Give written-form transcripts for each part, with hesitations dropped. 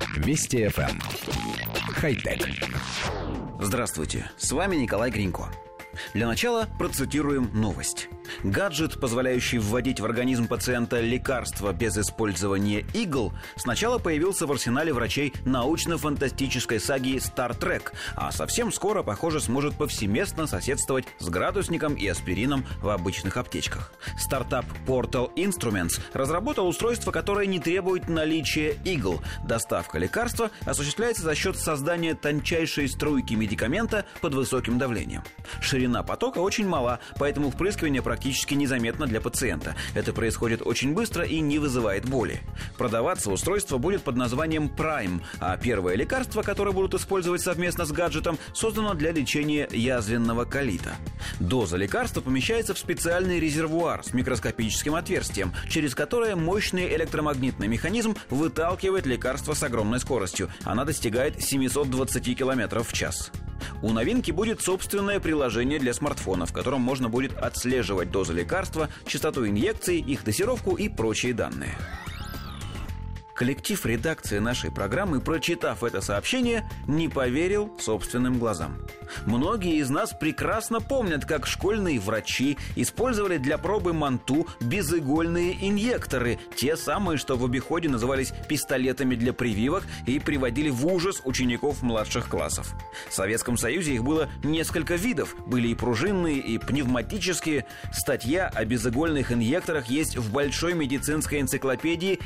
Вести ФМ. Хай-тек. Здравствуйте, с вами Николай Гринько. Для начала процитируем новость. Гаджет, позволяющий вводить в организм пациента лекарства без использования игл, сначала появился в арсенале врачей научно-фантастической саги Star Trek, а совсем скоро, похоже, сможет повсеместно соседствовать с градусником и аспирином в обычных аптечках. Стартап Portal Instruments разработал устройство, которое не требует наличия игл. Доставка лекарства осуществляется за счет создания тончайшей струйки медикамента под высоким давлением. Ширина потока очень мала, поэтому впрыскивание практически незаметно для пациента. Это происходит очень быстро и не вызывает боли. Продаваться устройство будет под названием Prime, а первое лекарство, которое будут использовать совместно с гаджетом, создано для лечения язвенного колита. Доза лекарства помещается в специальный резервуар с микроскопическим отверстием, через которое мощный электромагнитный механизм выталкивает лекарство с огромной скоростью. Она достигает 720 км в час. У новинки будет собственное приложение для смартфона, в котором можно будет отслеживать дозы лекарства, частоту инъекций, их дозировку и прочие данные. Коллектив редакции нашей программы, прочитав это сообщение, не поверил собственным глазам. Многие из нас прекрасно помнят, как школьные врачи использовали для пробы манту безигольные инъекторы, те самые, что в обиходе назывались пистолетами для прививок и приводили в ужас учеников младших классов. В Советском Союзе их было несколько видов, были и пружинные, и пневматические. Статья о безигольных инъекторах есть в Большой медицинской энциклопедии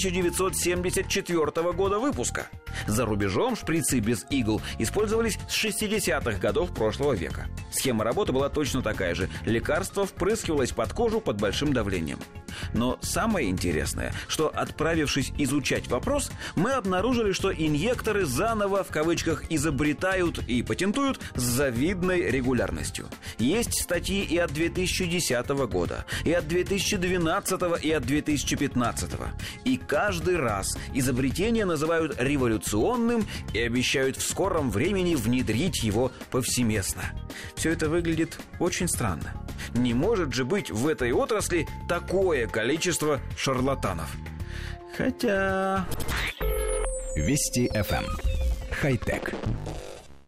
1974 года выпуска. За рубежом шприцы без игл использовались с 60-х годов прошлого века. Схема работы была точно такая же. Лекарство впрыскивалось под кожу под большим давлением. Но самое интересное, что, отправившись изучать вопрос, мы обнаружили, что инъекторы заново, в кавычках, изобретают и патентуют с завидной регулярностью. Есть статьи и от 2010 года, и от 2012, и от 2015. И каждый раз изобретение называют революционным и обещают в скором времени внедрить его повсеместно. Все это выглядит очень странно. Не может же быть в этой отрасли такое количество шарлатанов. Хотя... Вести ФМ. Хай-тек.